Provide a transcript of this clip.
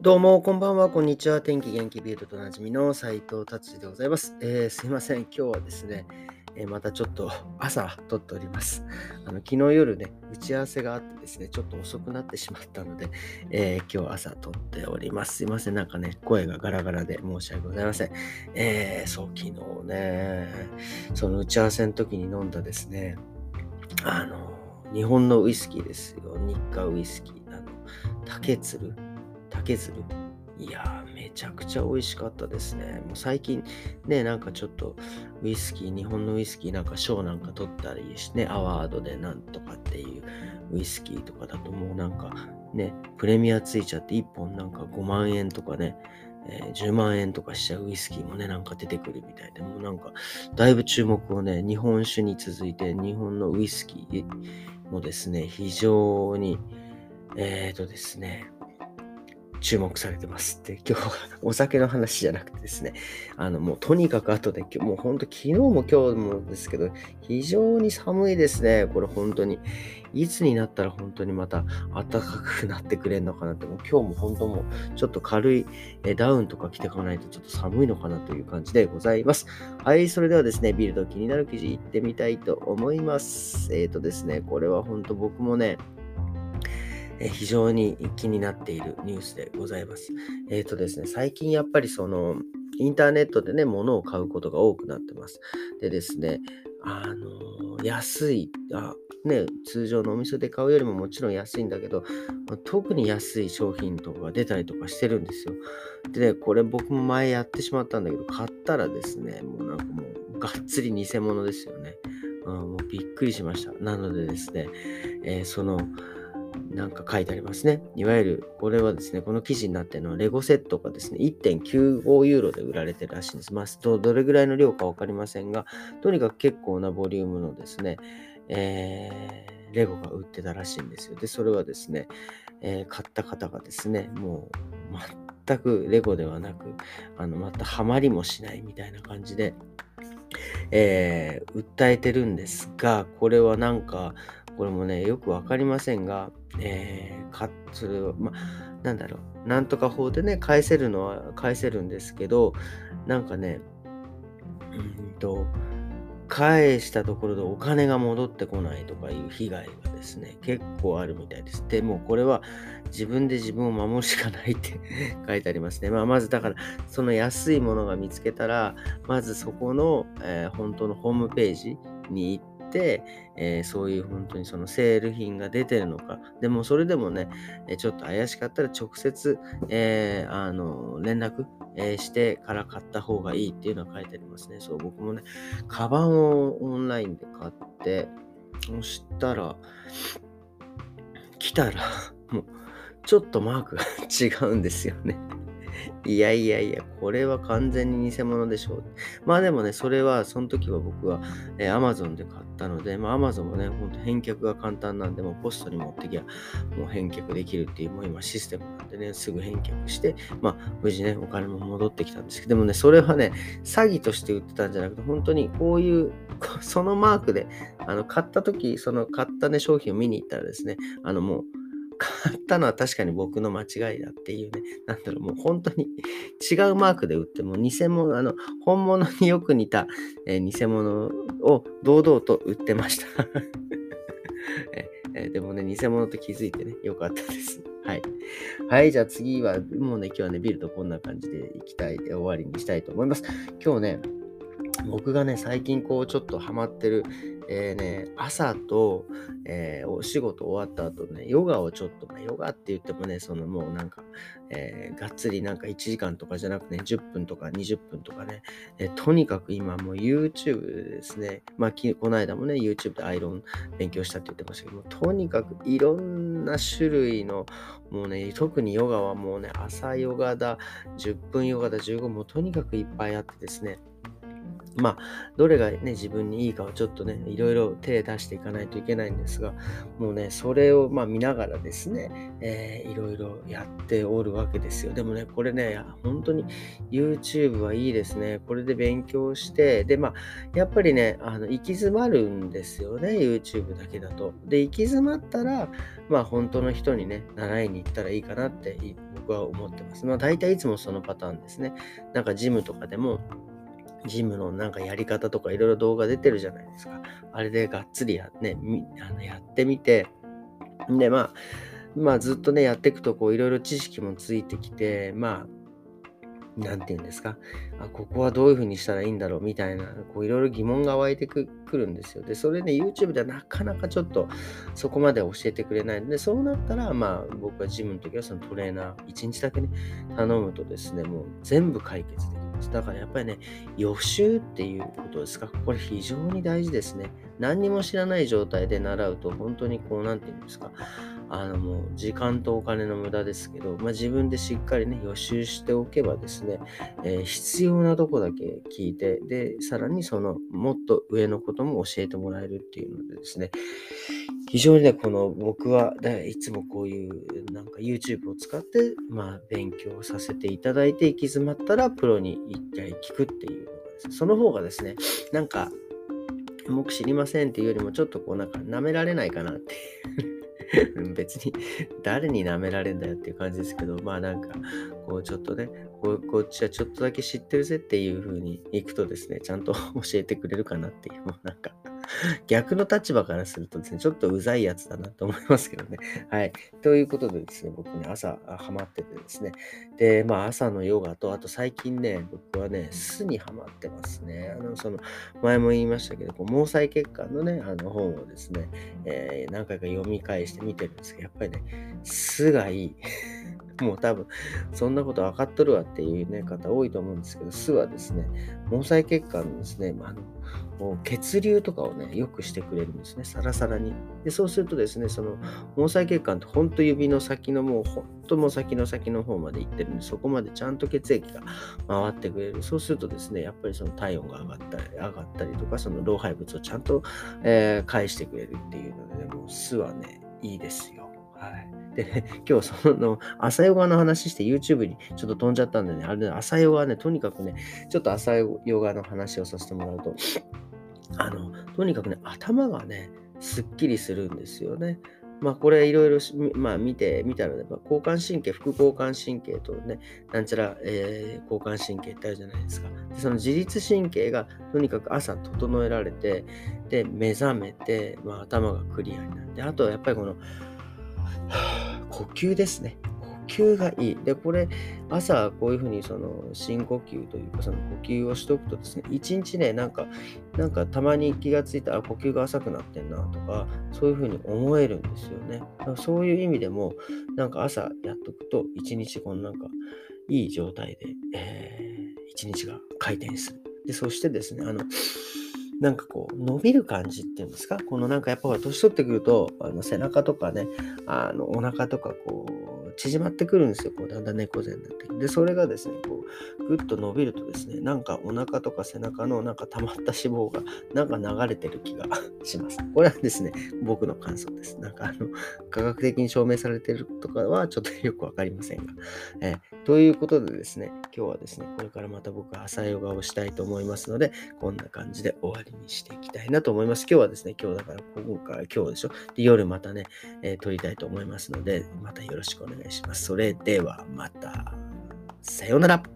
どうも、こんばんは、こんにちは。天気元気ビルドとおなじみの斉藤達治でございます。すいません。今日はですね、またちょっと朝撮っております。昨日夜ね、打ち合わせがあってですね、ちょっと遅くなってしまったので、今日朝撮っております。すいません。なんかね、声がガラガラで申し訳ございません。そう、昨日ね、その打ち合わせの時に飲んだですね、日本のウイスキーですよ。日課ウイスキー。竹鶴。いやー、めちゃくちゃ美味しかったですね。もう最近ね、なんかちょっとウイスキー、日本のウイスキーなんか賞なんか取ったりしてね、アワードでなんとかっていうウイスキーとかだともうなんかね、プレミアついちゃって1本なんか5万円とかね、10万円とかしちゃうウイスキーもね、なんか出てくるみたいで、もうなんかだいぶ注目をね、日本酒に続いて日本のウイスキーもですね、非常に、ですね、注目されてますって、今日はお酒の話じゃなくてですね、もうとにかく後で、もう本当昨日も今日もですけど、非常に寒いですね。これ本当に。いつになったら本当にまた暖かくなってくれるのかなって、もう今日も本当もうちょっと軽いダウンとか着ていかないとちょっと寒いのかなという感じでございます。はい、それではですね、ビルド気になる記事いってみたいと思います。ですね、これは本当僕もね、非常に気になっているニュースでございます。ですね、最近やっぱりインターネットでね、物を買うことが多くなってます。でですね、安い、ね、通常のお店で買うよりももちろん安いんだけど、特に安い商品とかが出たりとかしてるんですよ。でね、これ僕も前やってしまったんだけど、買ったらですね、もうなんかもうがっつり偽物ですよね。もうびっくりしました。なのでですね、なんか書いてありますね。いわゆる、これはですね、この記事になっているのは、レゴセットがですね、1.95ユーロで売られてるらしいんです。どれぐらいの量かわかりませんが、とにかく結構なボリュームのですね、レゴが売ってたらしいんですよ。で、それはですね、買った方がですね、もう全くレゴではなく、またハマりもしないみたいな感じで、訴えてるんですが、これはなんか、これもね、よくわかりませんが、それを、なんだろう、なんとか法でね、返せるのは返せるんですけど、なんかね、うーんと、返したところでお金が戻ってこないとかいう被害がですね、結構あるみたいです。でもこれは自分で自分を守るしかないって書いてありますね。まずだから、その安いものが見つけたら、まずそこの、本当のホームページに行って、そういう本当にそのセール品が出てるのか、でもそれでもね、ちょっと怪しかったら直接、連絡、してから買った方がいいっていうのは書いてありますね。そう、僕もね、カバンをオンラインで買って、そしたら、来たら、もう、ちょっとマークが違うんですよね。いやいやいや、これは完全に偽物でしょう。でもね、それは、その時は僕は、Amazon で買ったので、Amazon もね、ほんと返却が簡単なんで、もうポストに持ってきゃ、もう返却できるっていう、もう今システムなんでね、すぐ返却して、無事ね、お金も戻ってきたんですけど、でもね、それはね、詐欺として売ってたんじゃなくて、本当にこういう、そのマークで、買った時、その買ったね、商品を見に行ったらですね、もう、買ったのは確かに僕の間違いだっていうね、もう本当に違うマークで売っても、偽物、本物によく似た、偽物を堂々と売ってました。でもね、偽物と気づいてね、よかったです。はい。はい、じゃあ次は、もうね、今日はね、ビルとこんな感じで終わりにしたいと思います。今日ね、僕がね、最近こうちょっとハマってる、朝と、お仕事終わった後ね、ヨガをちょっと、ヨガって言ってもね、もうなんか、がっつりなんか1時間とかじゃなくね、10分とか20分とかね、とにかく今もう YouTube ですね、この間もね、YouTube でアイロン勉強したって言ってましたけども、とにかくいろんな種類の、もうね、特にヨガはもうね、朝ヨガだ、10分ヨガだ、15分、もうとにかくいっぱいあってですね、 どれがね、自分にいいかをちょっとね、いろいろ手出していかないといけないんですが、もうね、それを見ながらですね、いろいろやっておるわけですよ。でもね、これね、本当に YouTube はいいですね。これで勉強して、で、やっぱりね、行き詰まるんですよね、YouTube だけだと。で、行き詰まったら、本当の人にね、習いに行ったらいいかなって僕は思ってます。大体いつもそのパターンですね。なんかジムとかでも、ジムのなんかやり方とかいろいろ動画出てるじゃないですか。あれでがっつりやってみて、で、ずっとね、やっていくと、こう、いろいろ知識もついてきて、なんて言うんですか。ここはどういうふうにしたらいいんだろうみたいな、こういろいろ疑問が湧いてくるんですよ。で、それね、YouTube ではなかなかちょっとそこまで教えてくれないので、そうなったら、僕はジムの時はそのトレーナー、1日だけね、頼むとですね、もう全部解決できます。だからやっぱりね、予習っていうことですか。これ非常に大事ですね。何にも知らない状態で習うと、本当にこう、なんて言うんですか。もう時間とお金の無駄ですけど、自分でしっかりね、予習しておけばですね、必要なとこだけ聞いて、で、さらにその、もっと上のことも教えてもらえるっていうのでですね、非常にね、僕はいつもこういうなんか YouTube を使って、勉強させていただいて、行き詰まったらプロに一回聞くっていうのがですね、その方がですね、なんか、僕知りませんっていうよりも、ちょっとこうなんか舐められないかなって別に誰に舐められんだよっていう感じですけど、なんか、こうちょっとね、こっちはちょっとだけ知ってるぜっていう風に行くとですね、ちゃんと教えてくれるかなっていう、もうなんか、逆の立場からするとですね、ちょっとうざいやつだなと思いますけどね。はい。ということでですね、僕ね、朝ハマっててですね。で、朝のヨガと、あと最近ね、僕はね、酢にハマってますね。前も言いましたけど、毛細血管のね、本をですね、何回か読み返して見てるんですけど、やっぱりね、酢がいい。もう多分、そんなこと分かっとるわっていうね、方多いと思うんですけど、酢はですね、毛細血管のですね、こう血流とかをね、良くしてくれるんですね、サラサラに。で、そうするとですね、その毛細血管ってほんと指の先のもうほんともう先の先の方まで行ってるんで、そこまでちゃんと血液が回ってくれる。そうするとですね、やっぱりその体温が上がったりとか、その老廃物をちゃんと、返してくれるっていうのでね、もう酢はね、いいですよ。はい。でね、今日その朝ヨガの話して YouTube にちょっと飛んじゃったんでね、あれね、朝ヨガね、とにかくね、ちょっと朝ヨガの話をさせてもらうと、とにかくね、頭がね、すっきりするんですよね。これいろいろ見たらね、交感神経、副交感神経とね、なんちゃら、交感神経ってあるじゃないですか。で、その自律神経がとにかく朝整えられて、で、目覚めて、頭がクリアになって、あとはやっぱりこの呼吸ですね。呼吸がいい。で、これ、朝こういうふうにその深呼吸というか、その呼吸をしておくとですね、一日ね、なんかたまに気がついたら、呼吸が浅くなってんなとか、そういうふうに思えるんですよね。だからそういう意味でも、なんか朝やっとくと、一日このなんか、いい状態で、一日が回転する。で、そしてですね、なんかこう、伸びる感じっていうんですか、このなんかやっぱ年取ってくると、背中とかね、お腹とかこう、縮まってくるんですよ。こう、だんだん猫背になってきて。で、それがですね、こう、ぐっと伸びるとですね、なんかお腹とか背中のなんか溜まった脂肪がなんか流れてる気がします。これはですね、僕の感想です。なんか科学的に証明されてるとかはちょっとよくわかりませんが。ということでですね、今日はですね、これからまた僕は朝ヨガをしたいと思いますので、こんな感じで終わりにしていきたいなと思います。今日はですね、今日だから今日でしょ。で、夜またね、撮りたいと思いますので、またよろしくお願いします。それではまた。さようなら。